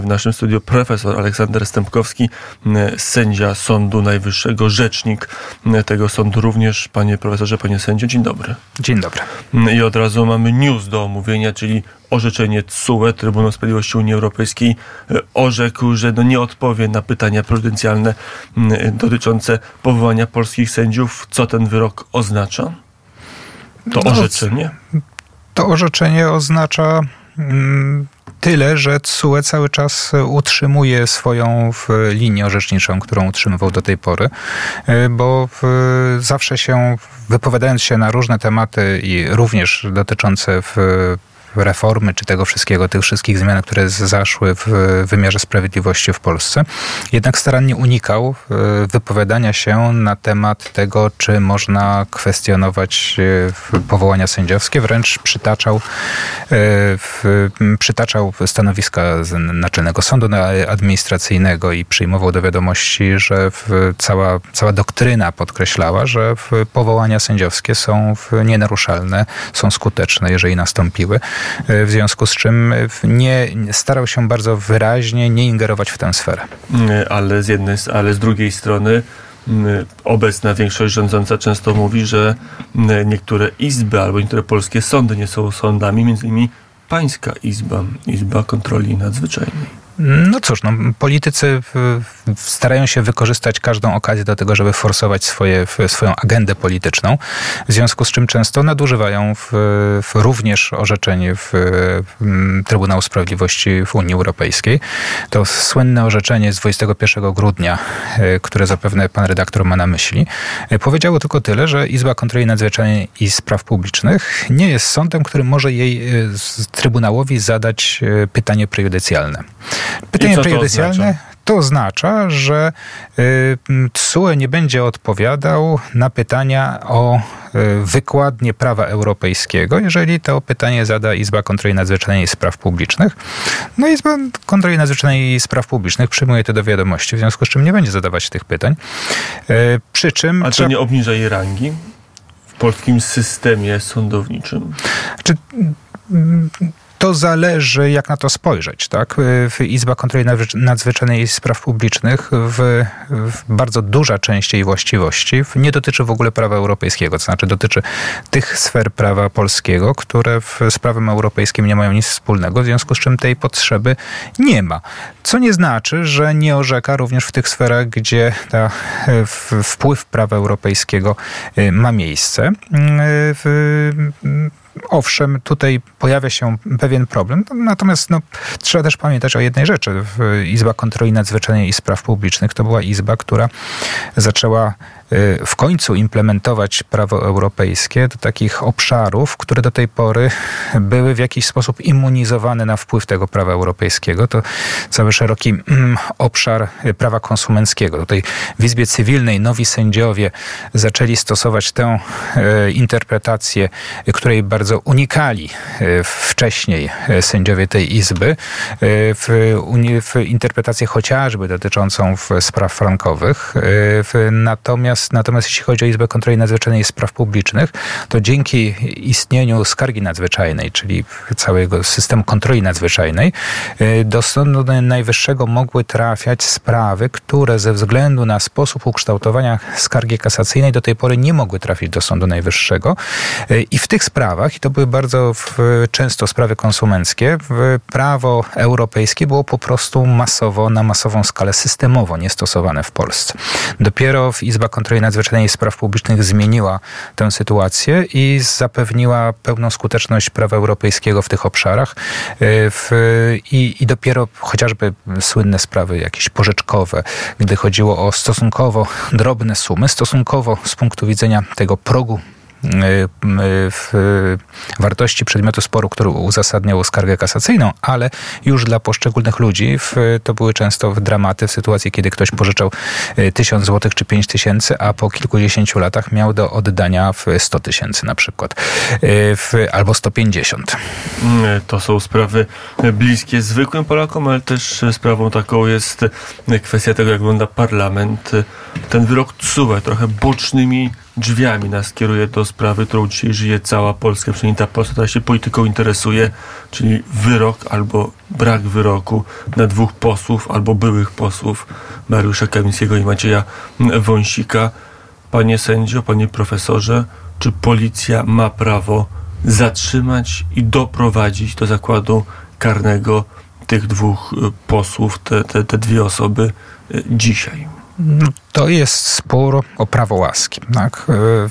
W naszym studiu profesor Aleksander Stępkowski, sędzia Sądu Najwyższego, rzecznik tego sądu również. Panie profesorze, panie sędzio, dzień dobry. Dzień dobry. I od razu mamy news do omówienia, czyli orzeczenie TSUE, Trybunał Sprawiedliwości Unii Europejskiej, orzekł, że nie odpowie na pytania prezydencjalne dotyczące powołania polskich sędziów. Co ten wyrok oznacza? To orzeczenie? To orzeczenie oznacza tyle, że TSUE cały czas utrzymuje swoją linię orzeczniczą, którą utrzymywał do tej pory, bo zawsze się, wypowiadając się na różne tematy i również dotyczące reformy, czy tego wszystkiego, tych wszystkich zmian, które zaszły w wymiarze sprawiedliwości w Polsce, jednak starannie unikał wypowiadania się na temat tego, czy można kwestionować powołania sędziowskie. Wręcz przytaczał stanowiska Naczelnego Sądu Administracyjnego i przyjmował do wiadomości, że cała doktryna podkreślała, że powołania sędziowskie są nienaruszalne, są skuteczne, jeżeli nastąpiły. W związku z czym starał się bardzo wyraźnie nie ingerować w tę sferę. Ale z drugiej strony obecna większość rządząca często mówi, że niektóre izby albo niektóre polskie sądy nie są sądami, między innymi Pańska Izba Kontroli Nadzwyczajnej. No cóż, politycy starają się wykorzystać każdą okazję do tego, żeby forsować swoją agendę polityczną, w związku z czym często nadużywają również orzeczeń Trybunału Sprawiedliwości w Unii Europejskiej. To słynne orzeczenie z 21 grudnia, które zapewne pan redaktor ma na myśli, powiedziało tylko tyle, że Izba Kontroli Nadzwyczajnej i Spraw Publicznych nie jest sądem, który może jej Trybunałowi zadać pytanie prejudycjalne. Pytanie prejudycjalne to oznacza, że TSUE nie będzie odpowiadał na pytania o wykładnię prawa europejskiego, jeżeli to pytanie zada Izba Kontroli Nadzwyczajnej i Spraw Publicznych. No Izba Kontroli Nadzwyczajnej i Spraw Publicznych przyjmuje to do wiadomości, w związku z czym nie będzie zadawać tych pytań. Przy czym... A to nie obniża jej rangi w polskim systemie sądowniczym? To zależy, jak na to spojrzeć. Tak? Izba Kontroli Nadzwyczajnej i Spraw Publicznych w bardzo duża część jej właściwości nie dotyczy w ogóle prawa europejskiego. To znaczy dotyczy tych sfer prawa polskiego, które z prawem europejskim nie mają nic wspólnego, w związku z czym tej potrzeby nie ma. Co nie znaczy, że nie orzeka również w tych sferach, gdzie wpływ prawa europejskiego ma miejsce. Owszem, tutaj pojawia się pewien problem, natomiast trzeba też pamiętać o jednej rzeczy. Izba Kontroli Nadzwyczajnej i Spraw Publicznych to była izba, która zaczęła w końcu implementować prawo europejskie do takich obszarów, które do tej pory były w jakiś sposób immunizowane na wpływ tego prawa europejskiego. To cały szeroki obszar prawa konsumenckiego. Tutaj w Izbie Cywilnej nowi sędziowie zaczęli stosować tę interpretację, której bardzo unikali wcześniej sędziowie tej izby, w interpretację chociażby dotyczącą spraw frankowych. Natomiast jeśli chodzi o Izbę Kontroli Nadzwyczajnej i Spraw Publicznych, to dzięki istnieniu skargi nadzwyczajnej, czyli całego systemu kontroli nadzwyczajnej, do Sądu Najwyższego mogły trafiać sprawy, które ze względu na sposób ukształtowania skargi kasacyjnej do tej pory nie mogły trafić do Sądu Najwyższego. I w tych sprawach, i to były bardzo często sprawy konsumenckie, prawo europejskie było po prostu na masową skalę systemowo niestosowane w Polsce. Dopiero Izba Kontroli Nadzwyczajnej i Spraw Publicznych zmieniła tę sytuację i zapewniła pełną skuteczność prawa europejskiego w tych obszarach i dopiero chociażby słynne sprawy jakieś pożyczkowe, gdy chodziło o stosunkowo drobne sumy, stosunkowo z punktu widzenia tego progu w wartości przedmiotu sporu, który uzasadniał skargę kasacyjną, ale już dla poszczególnych ludzi to były często dramaty w sytuacji, kiedy ktoś pożyczał 1000 złotych czy 5000, a po kilkudziesięciu latach miał do oddania 100 000 na przykład, albo 150. To są sprawy bliskie zwykłym Polakom, ale też sprawą taką jest kwestia tego, jak wygląda parlament. Ten wyrok TSUE trochę bocznymi drzwiami nas kieruje do sprawy, którą dzisiaj żyje cała Polska, przynajmniej ta Polska, która się polityką interesuje, czyli wyrok albo brak wyroku na 2 posłów albo byłych posłów, Mariusza Kamińskiego i Macieja Wąsika. Panie sędzio, panie profesorze, czy policja ma prawo zatrzymać i doprowadzić do zakładu karnego tych 2 posłów, te 2 osoby dzisiaj? To jest spór o prawo łaski. Tak?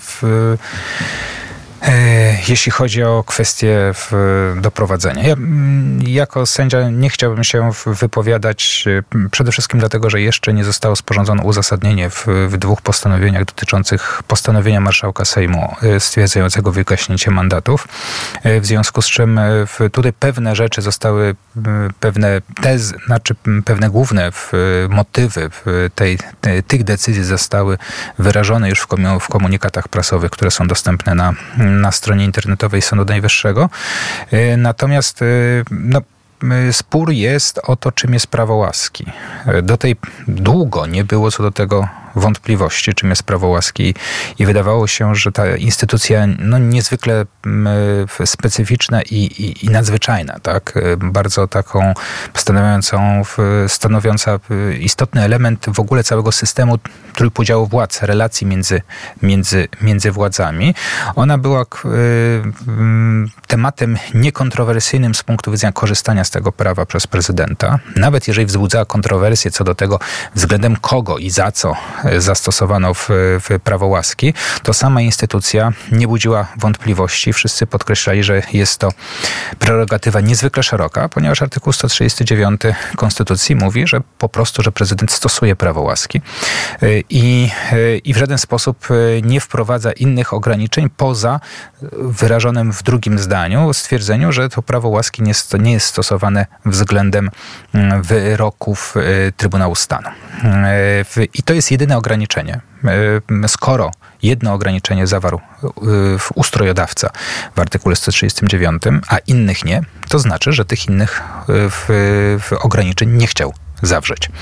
Jeśli chodzi o kwestię doprowadzenia. Ja jako sędzia nie chciałbym się wypowiadać przede wszystkim dlatego, że jeszcze nie zostało sporządzone uzasadnienie w 2 postanowieniach dotyczących postanowienia marszałka Sejmu stwierdzającego wygaśnięcie mandatów. W związku z czym tutaj pewne rzeczy zostały, pewne tezy, znaczy pewne główne motywy tych decyzji zostały wyrażone już w komunikatach prasowych, które są dostępne na stronie internetowej Sądu Najwyższego. Natomiast spór jest o to, czym jest prawo łaski. Długo nie było co do tego wątpliwości, czym jest prawo łaski i wydawało się, że ta instytucja niezwykle specyficzna i nadzwyczajna, tak? Bardzo taką stanowiąca istotny element w ogóle całego systemu trójpodziału władz, relacji między władzami. Ona była tematem niekontrowersyjnym z punktu widzenia korzystania z tego prawa przez prezydenta. Nawet jeżeli wzbudzała kontrowersje co do tego, względem kogo i za co zastosowano w prawo łaski, to sama instytucja nie budziła wątpliwości. Wszyscy podkreślali, że jest to prerogatywa niezwykle szeroka, ponieważ artykuł 139 Konstytucji mówi, że po prostu, że prezydent stosuje prawo łaski i w żaden sposób nie wprowadza innych ograniczeń poza wyrażonym w drugim zdaniu stwierdzeniu, że to prawo łaski nie jest stosowane względem wyroków Trybunału Stanu. I to jest jedyne ograniczenie. Skoro jedno ograniczenie zawarł ustrojodawca w artykule 139, a innych nie, to znaczy, że tych innych ograniczeń nie chciał zawrzeć.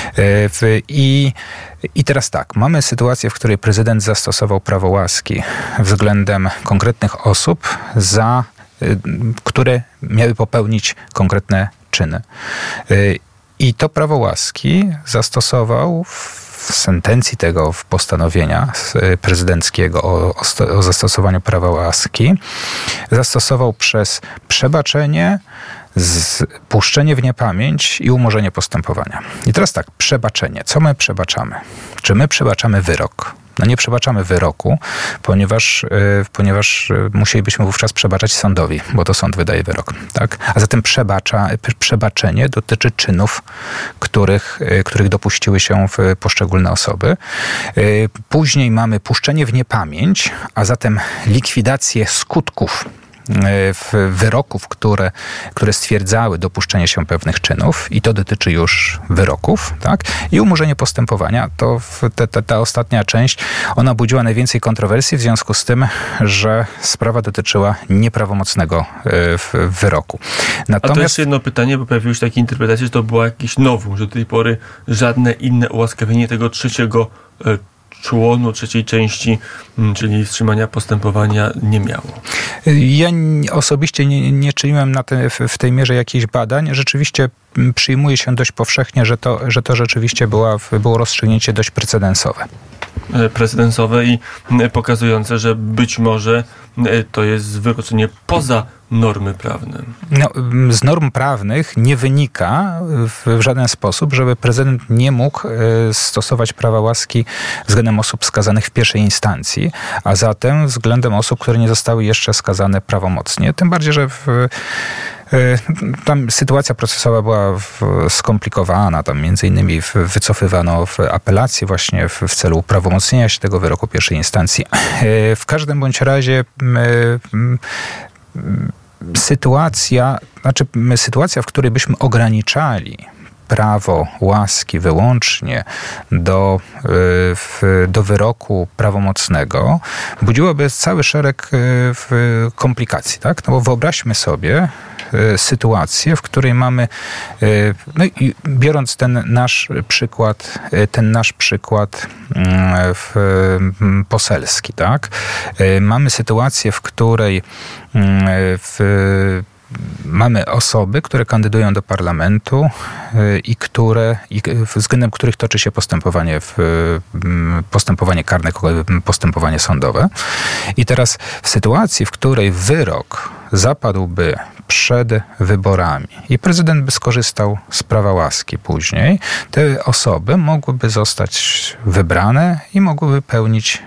I teraz tak, mamy sytuację, w której prezydent zastosował prawo łaski względem konkretnych osób, które miały popełnić konkretne czyny. I to prawo łaski zastosował w sentencji tego postanowienia prezydenckiego o zastosowaniu prawa łaski, zastosował przez przebaczenie, puszczenie w niepamięć i umorzenie postępowania. I teraz tak, przebaczenie. Co my przebaczamy? Czy my przebaczamy wyrok? Nie przebaczamy wyroku, ponieważ musielibyśmy wówczas przebaczać sądowi, bo to sąd wydaje wyrok. Tak? A zatem przebaczenie dotyczy czynów, których dopuściły się poszczególne osoby. Później mamy puszczenie w niepamięć, a zatem likwidację skutków wyroków, które stwierdzały dopuszczenie się pewnych czynów i to dotyczy już wyroków, tak? I umorzenie postępowania, to ta ostatnia część, ona budziła najwięcej kontrowersji w związku z tym, że sprawa dotyczyła nieprawomocnego wyroku. Natomiast... A to jest jedno pytanie, bo pojawiły się takie interpretacje, że to było jakiś nowum, że do tej pory żadne inne ułaskawienie tego trzeciego członu, trzeciej części, czyli wstrzymania postępowania nie miało. Ja osobiście nie czyniłem w tej mierze jakichś badań. Rzeczywiście przyjmuje się dość powszechnie, że to rzeczywiście było rozstrzygnięcie dość precedensowe i pokazujące, że być może to jest wykroczenie poza normy prawne. Z norm prawnych nie wynika w żaden sposób, żeby prezydent nie mógł stosować prawa łaski względem osób skazanych w pierwszej instancji, a zatem względem osób, które nie zostały jeszcze skazane prawomocnie. Tym bardziej, że tam sytuacja procesowa była skomplikowana, tam między innymi wycofywano apelację właśnie w celu uprawomocnienia się tego wyroku pierwszej instancji. W każdym bądź razie sytuacja, w której byśmy ograniczali prawo łaski wyłącznie do wyroku prawomocnego, budziłoby cały szereg komplikacji. Tak? No bo wyobraźmy sobie sytuację, w której mamy, no i biorąc ten nasz przykład poselski, tak? Mamy sytuację, w której mamy osoby, które kandydują do parlamentu i względem których toczy się postępowanie karne, postępowanie sądowe. I teraz w sytuacji, w której wyrok zapadłby przed wyborami i prezydent by skorzystał z prawa łaski później, te osoby mogłyby zostać wybrane i mogłyby pełnić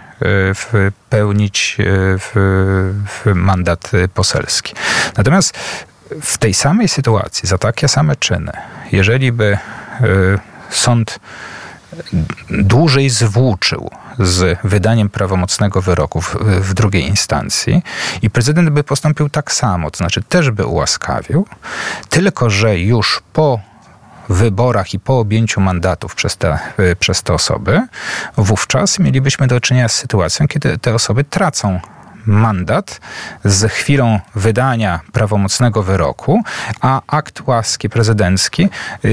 mandat poselski. Natomiast w tej samej sytuacji, za takie same czyny, jeżeli by sąd dłużej zwłóczył z wydaniem prawomocnego wyroku w drugiej instancji i prezydent by postąpił tak samo, to znaczy też by ułaskawił, tylko że już po wyborach i po objęciu mandatów przez te osoby, wówczas mielibyśmy do czynienia z sytuacją, kiedy te osoby tracą mandat z chwilą wydania prawomocnego wyroku, a akt łaski prezydencki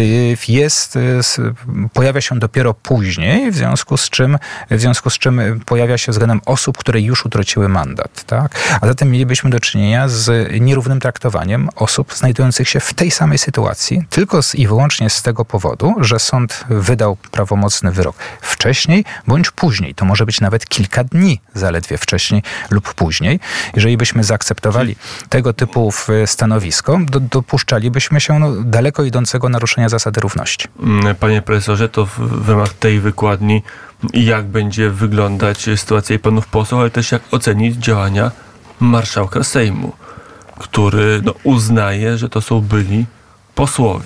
pojawia się dopiero później, w związku z czym pojawia się względem osób, które już utraciły mandat. Tak? A zatem mielibyśmy do czynienia z nierównym traktowaniem osób znajdujących się w tej samej sytuacji, tylko i wyłącznie z tego powodu, że sąd wydał prawomocny wyrok wcześniej bądź później. To może być nawet kilka dni zaledwie wcześniej lub później. Jeżeli byśmy zaakceptowali tego typu stanowisko, dopuszczalibyśmy się daleko idącego naruszenia zasady równości. Panie profesorze, to w ramach tej wykładni jak będzie wyglądać sytuacja panów posłów, ale też jak ocenić działania marszałka Sejmu, który uznaje, że to są byli posłowie.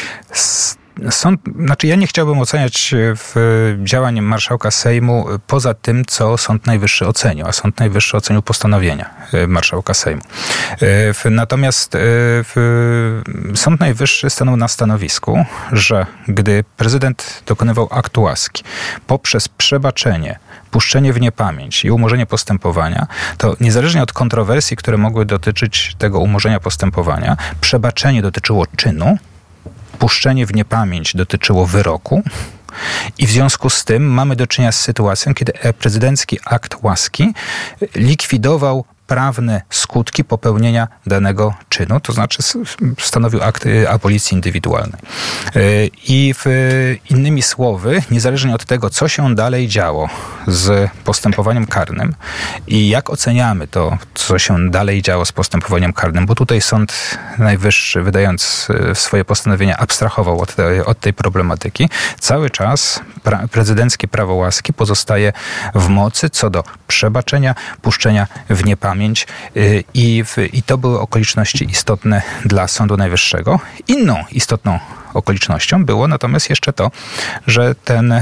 Ja nie chciałbym oceniać działań marszałka Sejmu poza tym, co Sąd Najwyższy ocenił, a Sąd Najwyższy ocenił postanowienia marszałka Sejmu. Natomiast Sąd Najwyższy stanął na stanowisku, że gdy prezydent dokonywał aktu łaski poprzez przebaczenie, puszczenie w niepamięć i umorzenie postępowania, to niezależnie od kontrowersji, które mogły dotyczyć tego umorzenia postępowania, przebaczenie dotyczyło czynu, puszczenie w niepamięć dotyczyło wyroku i w związku z tym mamy do czynienia z sytuacją, kiedy prezydencki akt łaski likwidował prawne skutki popełnienia danego czynu, to znaczy stanowił akt abolicji indywidualnej. I innymi słowy, niezależnie od tego, co się dalej działo z postępowaniem karnym i jak oceniamy to, co się dalej działo z postępowaniem karnym, bo tutaj Sąd Najwyższy, wydając swoje postanowienia, abstrahował od tej problematyki, cały czas prezydenckie prawo łaski pozostaje w mocy co do przebaczenia, puszczenia w niepamięć i to były okoliczności istotne dla Sądu Najwyższego. Inną istotną okolicznością było natomiast jeszcze to, że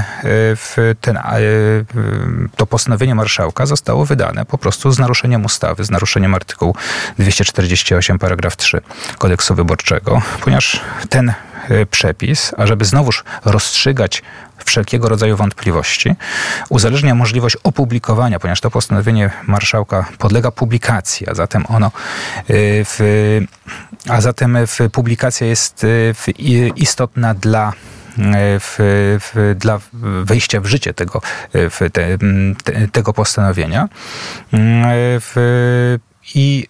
to postanowienie marszałka zostało wydane po prostu z naruszeniem ustawy, z naruszeniem artykułu 248 paragraf 3 Kodeksu Wyborczego, ponieważ ten przepis, ażeby znowuż rozstrzygać wszelkiego rodzaju wątpliwości, uzależnia możliwość opublikowania, ponieważ to postanowienie marszałka podlega publikacji, a zatem publikacja jest istotna dla wejścia w życie tego postanowienia. I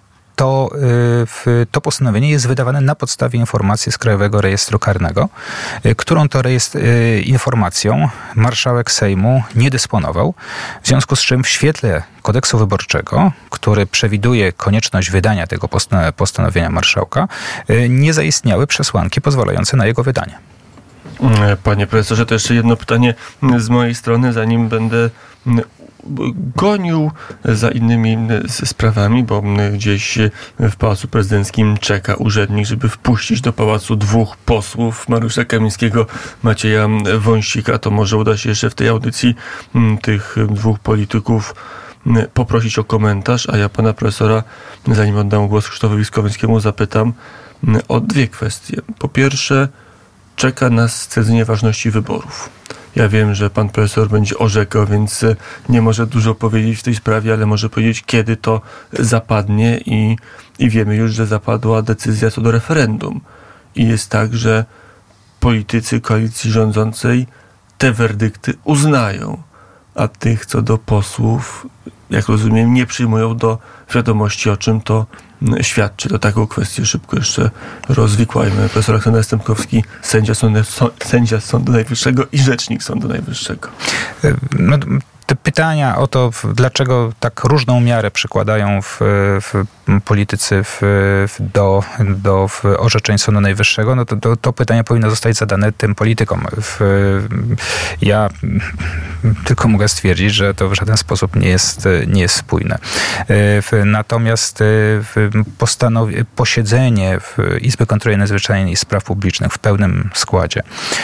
to postanowienie jest wydawane na podstawie informacji z Krajowego Rejestru Karnego, którą to informacją marszałek Sejmu nie dysponował, w związku z czym w świetle Kodeksu Wyborczego, który przewiduje konieczność wydania tego postanowienia marszałka, nie zaistniały przesłanki pozwalające na jego wydanie. Panie profesorze, to jeszcze jedno pytanie z mojej strony, zanim będę gonił za innymi sprawami, bo gdzieś w Pałacu Prezydenckim czeka urzędnik, żeby wpuścić do pałacu dwóch posłów, Mariusza Kamińskiego, Macieja Wąsika. To może uda się jeszcze w tej audycji tych dwóch polityków poprosić o komentarz, a ja pana profesora, zanim oddam głos Krzysztofowi Skowrońskiemu, zapytam o dwie kwestie. Po pierwsze, czeka nas stwierdzenie ważności wyborów. Ja wiem, że pan profesor będzie orzekał, więc nie może dużo powiedzieć w tej sprawie, ale może powiedzieć, kiedy to zapadnie i wiemy już, że zapadła decyzja co do referendum. I jest tak, że politycy koalicji rządzącej te werdykty uznają, a tych co do posłów, jak rozumiem, nie przyjmują do wiadomości, o czym to świadczy. To taką kwestię szybko jeszcze rozwikłajmy. Profesor Aleksander Stępkowski, sędzia Sądu Najwyższego i rzecznik Sądu Najwyższego. No, te pytania o to, dlaczego tak różną miarę przykładają w politycy do orzeczeń Sądu Najwyższego, no to pytanie powinno zostać zadane tym politykom. Ja tylko mogę stwierdzić, że to w żaden sposób nie jest spójne. Natomiast posiedzenie Izby Kontroli Nadzwyczajnej i Spraw Publicznych w pełnym składzie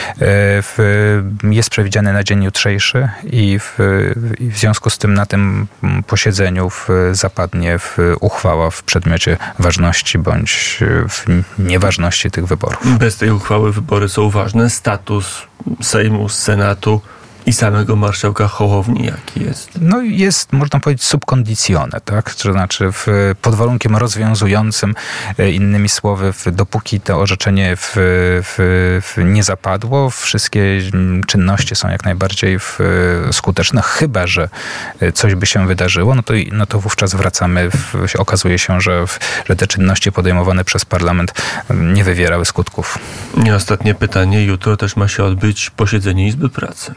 jest przewidziane na dzień jutrzejszy i w związku z tym na tym posiedzeniu zapadnie uchwała w przedmiocie ważności bądź w nieważności tych wyborów. Bez tej uchwały wybory są ważne. Status Sejmu, Senatu i samego marszałka Hołowni jaki jest? No jest, można powiedzieć, subkondicjone, tak? To znaczy pod warunkiem rozwiązującym, innymi słowy, dopóki to orzeczenie nie zapadło, wszystkie czynności są jak najbardziej skuteczne, chyba że coś by się wydarzyło, no to wówczas wracamy, okazuje się, że te czynności podejmowane przez parlament nie wywierały skutków. I ostatnie pytanie. Jutro też ma się odbyć posiedzenie Izby Pracy.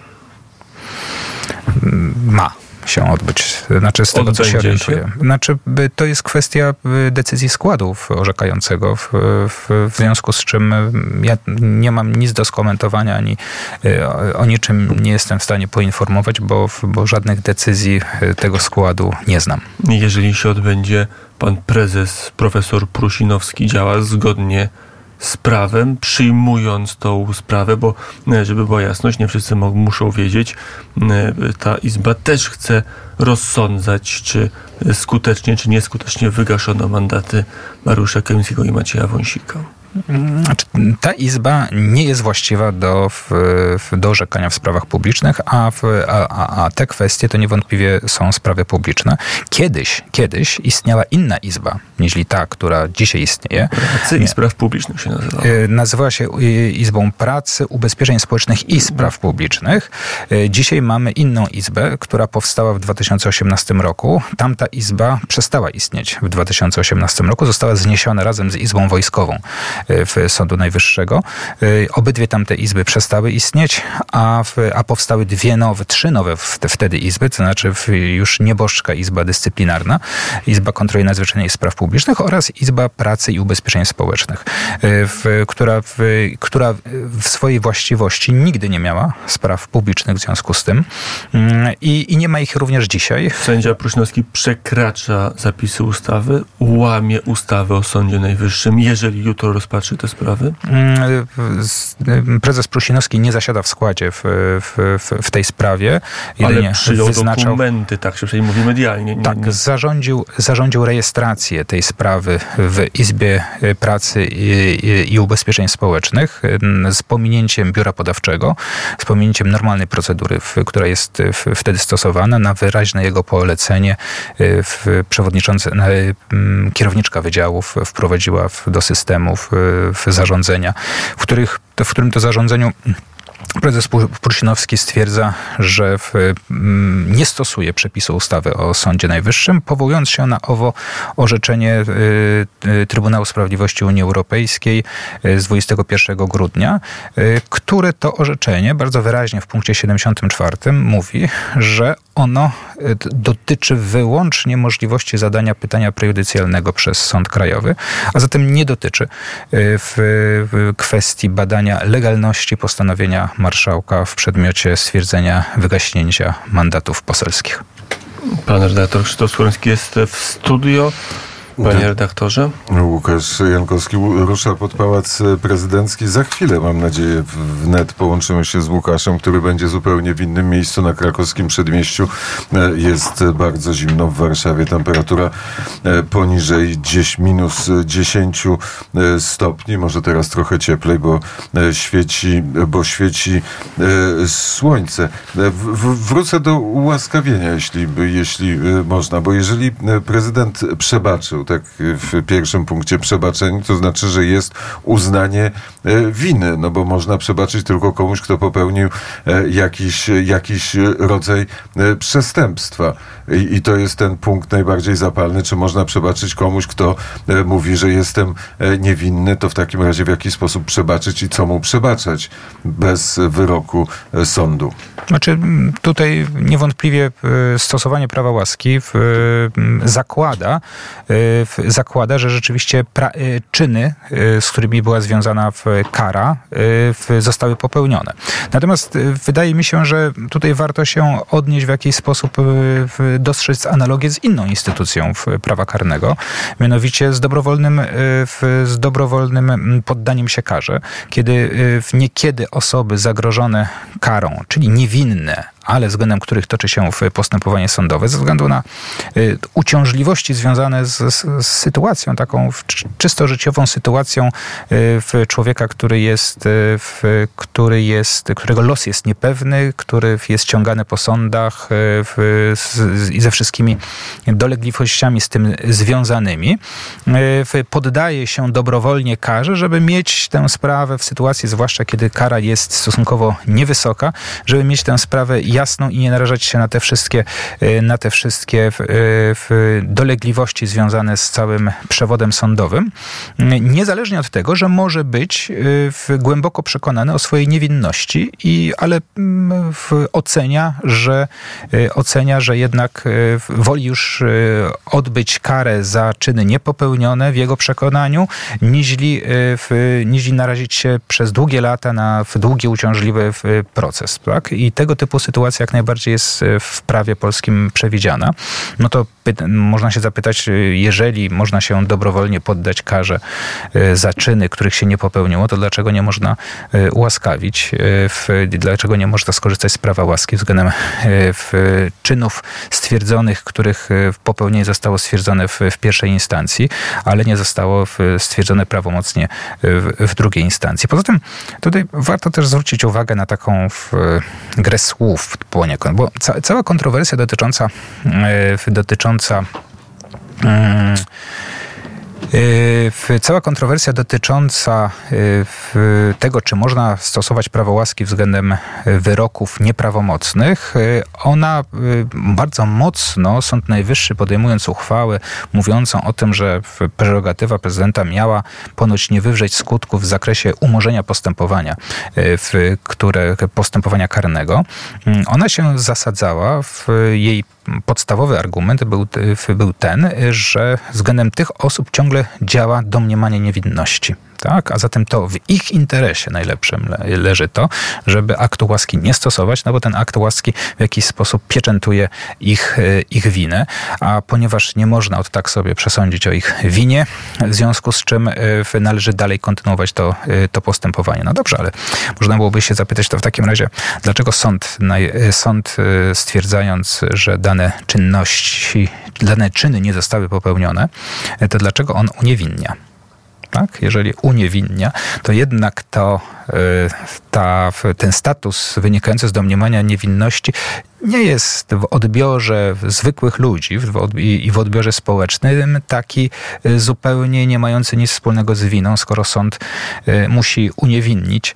Ma się odbyć. Znaczy z tego, co się orientuję. Znaczy, to jest kwestia decyzji składu orzekającego, w związku z czym ja nie mam nic do skomentowania, ani o niczym nie jestem w stanie poinformować, bo żadnych decyzji tego składu nie znam. Jeżeli się odbędzie, pan prezes, profesor Prusinowski działa zgodnie z prawem, przyjmując tą sprawę, bo żeby była jasność, nie wszyscy muszą wiedzieć, ta Izba też chce rozsądzać, czy skutecznie, czy nieskutecznie wygaszono mandaty Mariusza Kamińskiego i Macieja Wąsika. Ta Izba nie jest właściwa do orzekania w sprawach publicznych, a te kwestie to niewątpliwie są sprawy publiczne. Kiedyś istniała inna Izba, niż ta, która dzisiaj istnieje. Pracy i Spraw Publicznych się nazywała. Nazywała się Izbą Pracy, Ubezpieczeń Społecznych i Spraw Publicznych. Dzisiaj mamy inną Izbę, która powstała w 2018 roku. Tamta Izba przestała istnieć w 2018 roku. Została zniesiona razem z Izbą Wojskową Sądu Najwyższego. Obydwie tamte izby przestały istnieć, a powstały trzy nowe wtedy izby, to znaczy już nieboszczka Izba Dyscyplinarna, Izba Kontroli Nadzwyczajnej i Spraw Publicznych oraz Izba Pracy i Ubezpieczeń Społecznych, która w swojej właściwości nigdy nie miała spraw publicznych w związku z tym i nie ma ich również dzisiaj. Sędzia Prusinowski przekracza zapisy ustawy, łamie ustawę o Sądzie Najwyższym, jeżeli jutro rozpatrzy te sprawy? Prezes Prusinowski nie zasiada w składzie w tej sprawie. Ale przyjął dokumenty, tak się przynajmniej mówi medialnie. Tak, zarządził rejestrację tej sprawy w Izbie Pracy i Ubezpieczeń Społecznych z pominięciem biura podawczego, z pominięciem normalnej procedury, która jest wtedy stosowana. Na wyraźne jego polecenie kierowniczka wydziałów wprowadziła do systemów zarządzenia, w którym to zarządzeniu prezes Prusinowski stwierdza, że nie stosuje przepisu ustawy o Sądzie Najwyższym, powołując się na owo orzeczenie Trybunału Sprawiedliwości Unii Europejskiej z 21 grudnia, które to orzeczenie bardzo wyraźnie w punkcie 74 mówi, że ono dotyczy wyłącznie możliwości zadania pytania prejudycjalnego przez Sąd Krajowy, a zatem nie dotyczy w kwestii badania legalności postanowienia marszałka w przedmiocie stwierdzenia wygaśnięcia mandatów poselskich. Pan redaktor Krzysztof Skowroński jest w studio. panie redaktorze. Łukasz Jankowski rusza pod Pałac Prezydencki. Za chwilę, mam nadzieję, wnet połączymy się z Łukaszem, który będzie zupełnie w innym miejscu na krakowskim przedmieściu. Jest bardzo zimno w Warszawie. Temperatura poniżej minus 10 stopni. Może teraz trochę cieplej, bo świeci słońce. Wrócę do ułaskawienia, jeśli można, bo jeżeli prezydent przebaczył, tak w pierwszym punkcie przebaczeń, to znaczy, że jest uznanie winy, no bo można przebaczyć tylko komuś, kto popełnił jakiś rodzaj przestępstwa. I to jest ten punkt najbardziej zapalny. Czy można przebaczyć komuś, kto mówi, że jestem niewinny, to w takim razie w jaki sposób przebaczyć i co mu przebaczać bez wyroku sądu? Znaczy, tutaj niewątpliwie stosowanie prawa łaski zakłada, że rzeczywiście czyny, z którymi była związana kara, zostały popełnione. Natomiast wydaje mi się, że tutaj warto się odnieść w jakiś sposób, dostrzec analogię z inną instytucją prawa karnego, mianowicie z dobrowolnym poddaniem się karze, kiedy niekiedy osoby zagrożone karą, czyli niewinne, ale względem których toczy się postępowanie sądowe, ze względu na uciążliwości związane z sytuacją, taką czysto życiową sytuacją człowieka, którego los jest niepewny, który jest ciągany po sądach i ze wszystkimi dolegliwościami z tym związanymi, poddaje się dobrowolnie karze, żeby mieć tę sprawę w sytuacji, zwłaszcza kiedy kara jest stosunkowo niewysoka, żeby mieć tę sprawę jasną i nie narażać się na te wszystkie dolegliwości związane z całym przewodem sądowym, niezależnie od tego, że może być głęboko przekonany o swojej niewinności, ale ocenia, że jednak woli już odbyć karę za czyny niepopełnione w jego przekonaniu, niźli narazić się przez długie lata na długi, uciążliwy proces. Tak? I tego typu sytuacja jak najbardziej jest w prawie polskim przewidziana. No to można się zapytać, jeżeli można się dobrowolnie poddać karze za czyny, których się nie popełniło, to dlaczego nie można ułaskawić? Dlaczego nie można skorzystać z prawa łaski względem czynów stwierdzonych, których popełnienie zostało stwierdzone w pierwszej instancji, ale nie zostało stwierdzone prawomocnie w drugiej instancji. Poza tym tutaj warto też zwrócić uwagę na taką grę słów poniekąd, bo cała kontrowersja dotycząca tego, czy można stosować prawo łaski względem wyroków nieprawomocnych, ona bardzo mocno, Sąd Najwyższy podejmując uchwałę mówiącą o tym, że prerogatywa prezydenta miała ponoć nie wywrzeć skutków w zakresie umorzenia postępowania karnego, ona się zasadzała jej podstawowy argument był ten, że względem tych osób ciągle działa domniemanie niewinności. Tak? A zatem to w ich interesie najlepszym leży to, żeby aktu łaski nie stosować, no bo ten akt łaski w jakiś sposób pieczętuje ich winę, a ponieważ nie można od tak sobie przesądzić o ich winie, w związku z czym należy dalej kontynuować to postępowanie. No dobrze, ale można byłoby się zapytać to w takim razie, dlaczego sąd stwierdzając, że dane czyny nie zostały popełnione, to dlaczego on uniewinnia? Tak? Jeżeli uniewinnia, to jednak ten status wynikający z domniemania niewinności nie jest w odbiorze zwykłych ludzi i w odbiorze społecznym taki zupełnie nie mający nic wspólnego z winą, skoro sąd musi uniewinnić,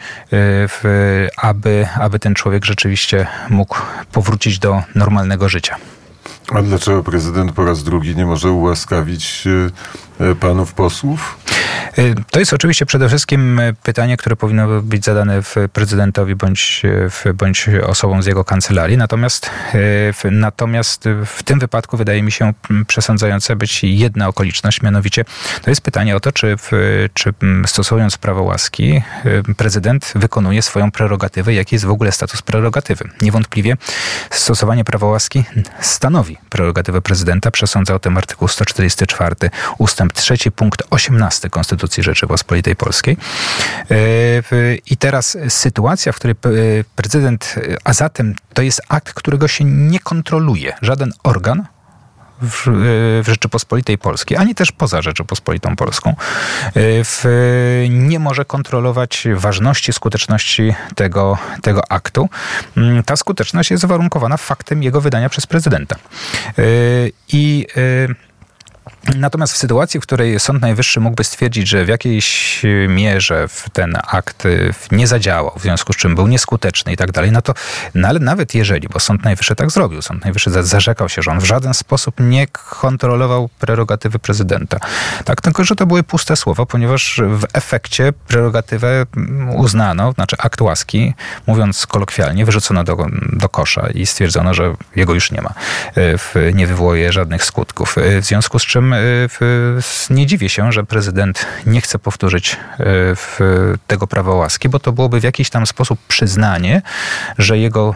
aby ten człowiek rzeczywiście mógł powrócić do normalnego życia. A dlaczego prezydent po raz drugi nie może ułaskawić panów posłów? To jest oczywiście przede wszystkim pytanie, które powinno być zadane prezydentowi bądź osobom z jego kancelarii. Natomiast w tym wypadku wydaje mi się przesądzająca być jedna okoliczność, mianowicie to jest pytanie o to, czy stosując prawo łaski prezydent wykonuje swoją prerogatywę, jaki jest w ogóle status prerogatywy. Niewątpliwie stosowanie prawa łaski stanowi prerogatywę prezydenta. Przesądza o tym artykuł 144 ustęp 3 punkt 18 Konstytucji Rzeczypospolitej Polskiej. I teraz sytuacja, w której prezydent, a zatem to jest akt, którego się nie kontroluje żaden organ w Rzeczypospolitej Polskiej, ani też poza Rzeczypospolitą Polską, nie może kontrolować ważności, skuteczności tego aktu. Ta skuteczność jest warunkowana faktem jego wydania przez prezydenta. Natomiast w sytuacji, w której Sąd Najwyższy mógłby stwierdzić, że w jakiejś mierze ten akt nie zadziałał, w związku z czym był nieskuteczny i tak dalej, ale nawet jeżeli, bo Sąd Najwyższy tak zrobił, Sąd Najwyższy zarzekał się, że on w żaden sposób nie kontrolował prerogatywy prezydenta. Tak, tylko że to były puste słowa, ponieważ w efekcie prerogatywę uznano, znaczy akt łaski, mówiąc kolokwialnie, wyrzucono do kosza i stwierdzono, że jego już nie ma. Nie wywołuje żadnych skutków. W związku z czym nie dziwię się, że prezydent nie chce powtórzyć tego prawa łaski, bo to byłoby w jakiś tam sposób przyznanie, że jego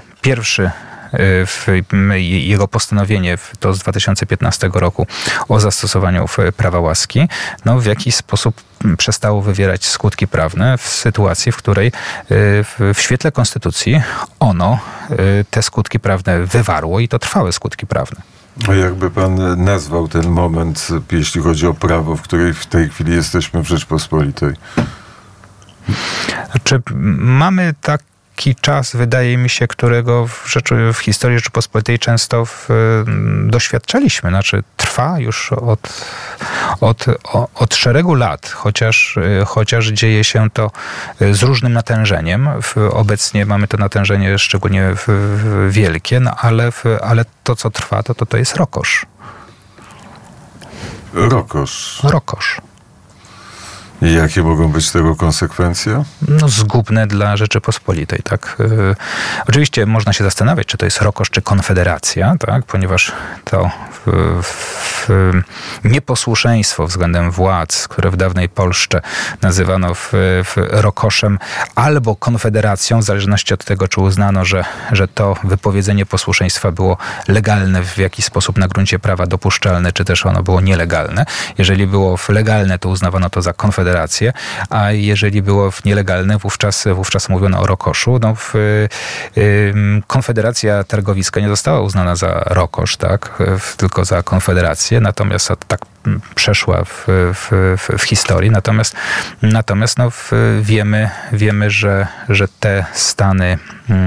jego postanowienie to z 2015 roku o zastosowaniu prawa łaski, w jakiś sposób przestało wywierać skutki prawne w sytuacji, w której w świetle konstytucji ono te skutki prawne wywarło i to trwałe skutki prawne. A jakby pan nazwał ten moment, jeśli chodzi o prawo, w której w tej chwili jesteśmy w Rzeczpospolitej? Znaczy, mamy taki czas, wydaje mi się, którego w historii Rzeczypospolitej często doświadczaliśmy. Znaczy, trwa już od szeregu lat, chociaż dzieje się to z różnym natężeniem. Obecnie mamy to natężenie szczególnie wielkie, ale to, co trwa, to jest rokosz. Rokosz. I jakie mogą być tego konsekwencje? Zgubne dla Rzeczypospolitej, tak. Oczywiście można się zastanawiać, czy to jest rokosz, czy konfederacja, tak, ponieważ to nieposłuszeństwo względem władz, które w dawnej Polsce nazywano rokoszem albo konfederacją, w zależności od tego, czy uznano, że to wypowiedzenie posłuszeństwa było legalne w jakiś sposób na gruncie prawa dopuszczalne, czy też ono było nielegalne. Jeżeli było legalne, to uznawano to za konfederację, a jeżeli było nielegalne, wówczas mówiono o rokoszu. Konfederacja Targowiska nie została uznana za rokosz, tak, tylko za konfederację, natomiast tak przeszła w historii. Natomiast wiemy, że te stany,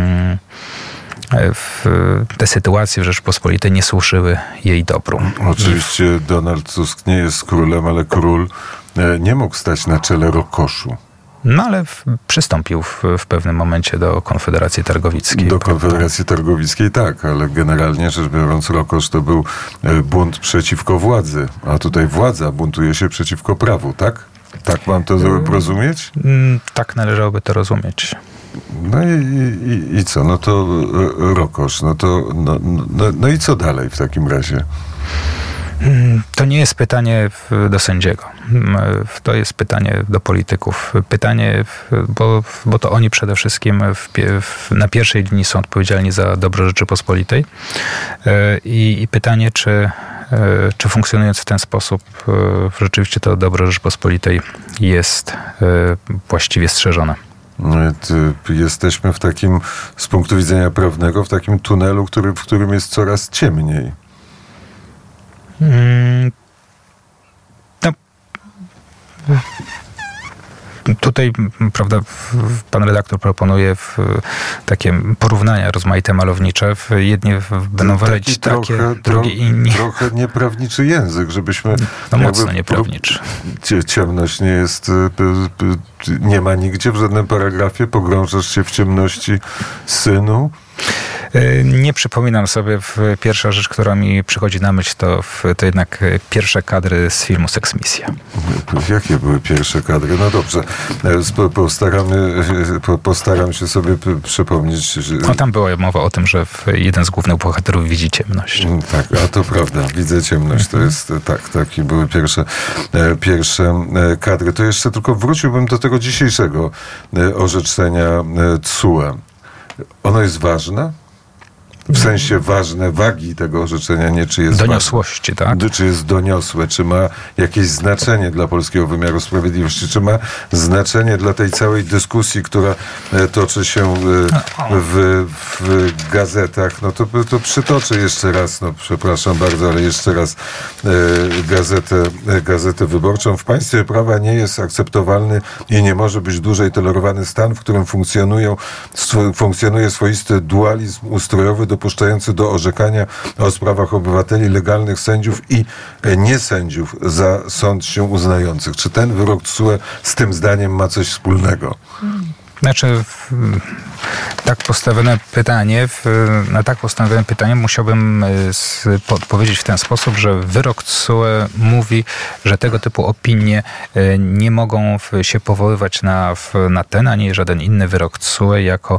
te sytuacje w Rzeczypospolitej nie służyły jej dobru. Oczywiście Donald Tusk nie jest królem, ale król nie mógł stać na czele rokoszu. Ale przystąpił w pewnym momencie do Konfederacji Targowickiej. Do Konfederacji Targowickiej tak, ale generalnie rzecz biorąc rokosz to był bunt przeciwko władzy, a tutaj władza buntuje się przeciwko prawu, tak? Tak mam to rozumieć? Tak należałoby to rozumieć. I co? No to rokosz. No i co dalej w takim razie? To nie jest pytanie do sędziego. To jest pytanie do polityków. Pytanie, bo to oni przede wszystkim na pierwszej linii są odpowiedzialni za dobro Rzeczypospolitej. I pytanie, czy funkcjonując w ten sposób rzeczywiście to dobro Rzeczypospolitej jest właściwie strzeżone. Jesteśmy w takim, z punktu widzenia prawnego, w takim tunelu, w którym jest coraz ciemniej. Tutaj, prawda, pan redaktor proponuje takie porównania rozmaite malownicze. Jedni będą walić takie, drugie inni. Trochę nieprawniczy język, żebyśmy... mocno nieprawniczy. Ciemność nie jest... Nie ma nigdzie w żadnym paragrafie. Pogrążasz się w ciemności, synu. Nie przypominam sobie. Pierwsza rzecz, która mi przychodzi na myśl, to jednak pierwsze kadry z filmu Seks Misja. Jakie były pierwsze kadry? No dobrze, postaram się sobie przypomnieć. Że... No tam była mowa o tym, że jeden z głównych bohaterów widzi ciemność. Tak, a to prawda, widzę ciemność. To jest tak i były pierwsze kadry. To jeszcze tylko wróciłbym do tego dzisiejszego orzeczenia TSUE. Ono jest ważne? W sensie ważne wagi tego orzeczenia, nie czy jest doniosłości, ważne, tak? Czy jest doniosłe, czy ma jakieś znaczenie dla polskiego wymiaru sprawiedliwości, czy ma znaczenie dla tej całej dyskusji, która toczy się w gazetach. No to przytoczę jeszcze raz, przepraszam bardzo, ale jeszcze raz gazetę Wyborczą. W państwie prawa nie jest akceptowalny i nie może być dłużej tolerowany stan, w którym funkcjonuje swoisty dualizm ustrojowy dopuszczający do orzekania o sprawach obywateli, legalnych sędziów i niesędziów za sąd się uznających. Czy ten wyrok TSUE z tym zdaniem ma coś wspólnego? Znaczy, na tak postawione pytanie musiałbym odpowiedzieć w ten sposób, że wyrok TSUE mówi, że tego typu opinie nie mogą się powoływać na ten, a nie żaden inny wyrok TSUE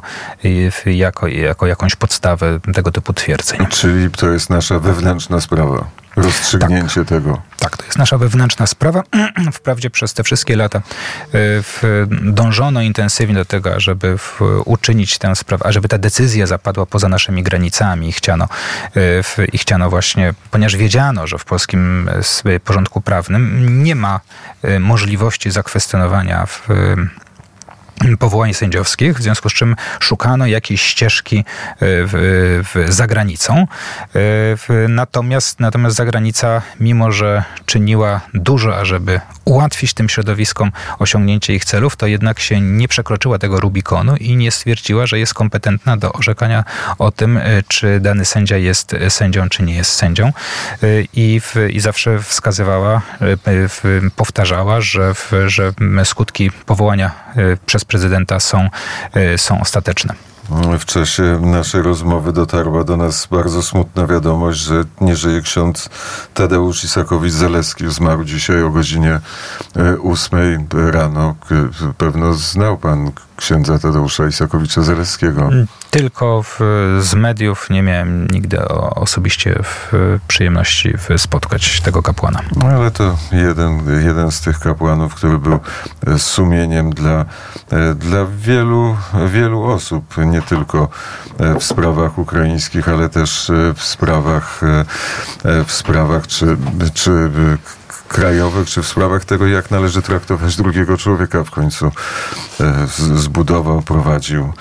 jako jakąś podstawę tego typu twierdzeń. Czyli to jest nasza wewnętrzna sprawa. Rozstrzygnięcie tego. Tak, to jest nasza wewnętrzna sprawa. Wprawdzie przez te wszystkie lata dążono intensywnie do tego, ażeby uczynić tę sprawę, ażeby ta decyzja zapadła poza naszymi granicami i chciano właśnie, ponieważ wiedziano, że w polskim porządku prawnym nie ma możliwości zakwestionowania powołań sędziowskich, w związku z czym szukano jakiejś ścieżki za granicą. Natomiast zagranica, mimo że czyniła dużo, ażeby ułatwić tym środowiskom osiągnięcie ich celów, to jednak się nie przekroczyła tego Rubikonu i nie stwierdziła, że jest kompetentna do orzekania o tym, czy dany sędzia jest sędzią, czy nie jest sędzią. I zawsze wskazywała, powtarzała, że skutki powołania przez prezydenta są ostateczne. W czasie naszej rozmowy dotarła do nas bardzo smutna wiadomość, że nie żyje ksiądz Tadeusz Isakowicz-Zaleski. Zmarł dzisiaj o godzinie 8 rano. Pewno znał pan księdza Tadeusza Isakowicza-Zaleskiego. Tylko z mediów nie miałem nigdy osobiście przyjemności spotkać tego kapłana. No ale to jeden z tych kapłanów, który był sumieniem dla wielu osób, nie tylko w sprawach ukraińskich, ale też w sprawach czy krajowych, czy w sprawach tego, jak należy traktować drugiego człowieka. W końcu zbudował, prowadził,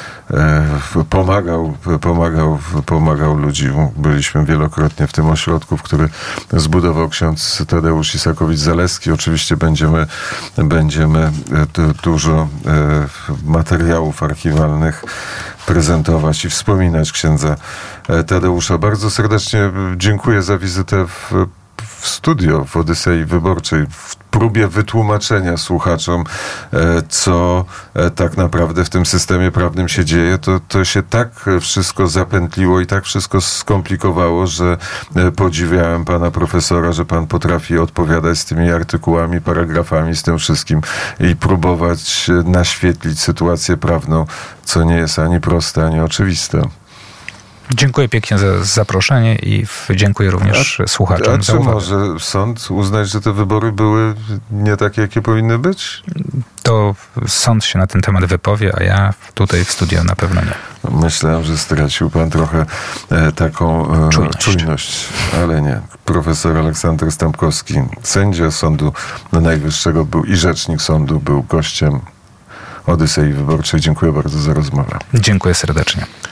pomagał ludziom. Byliśmy wielokrotnie w tym ośrodku, który zbudował ksiądz Tadeusz Isakowicz-Zaleski. Oczywiście będziemy dużo materiałów archiwalnych prezentować i wspominać księdza Tadeusza. Bardzo serdecznie dziękuję za wizytę w studio w Odysei Wyborczej, w próbie wytłumaczenia słuchaczom, co tak naprawdę w tym systemie prawnym się dzieje. To się tak wszystko zapętliło i tak wszystko skomplikowało, że podziwiałem pana profesora, że pan potrafi odpowiadać z tymi artykułami, paragrafami, z tym wszystkim i próbować naświetlić sytuację prawną, co nie jest ani proste, ani oczywiste. Dziękuję pięknie za zaproszenie i dziękuję również słuchaczom za uwagę. A czy może sąd uznać, że te wybory były nie takie, jakie powinny być? To sąd się na ten temat wypowie, a ja tutaj w studiu na pewno nie. Myślałem, że stracił pan trochę taką czujność, ale nie. Profesor Aleksander Stępkowski, sędzia Sądu Najwyższego był i rzecznik sądu, był gościem Odysei Wyborczej. Dziękuję bardzo za rozmowę. Dziękuję serdecznie.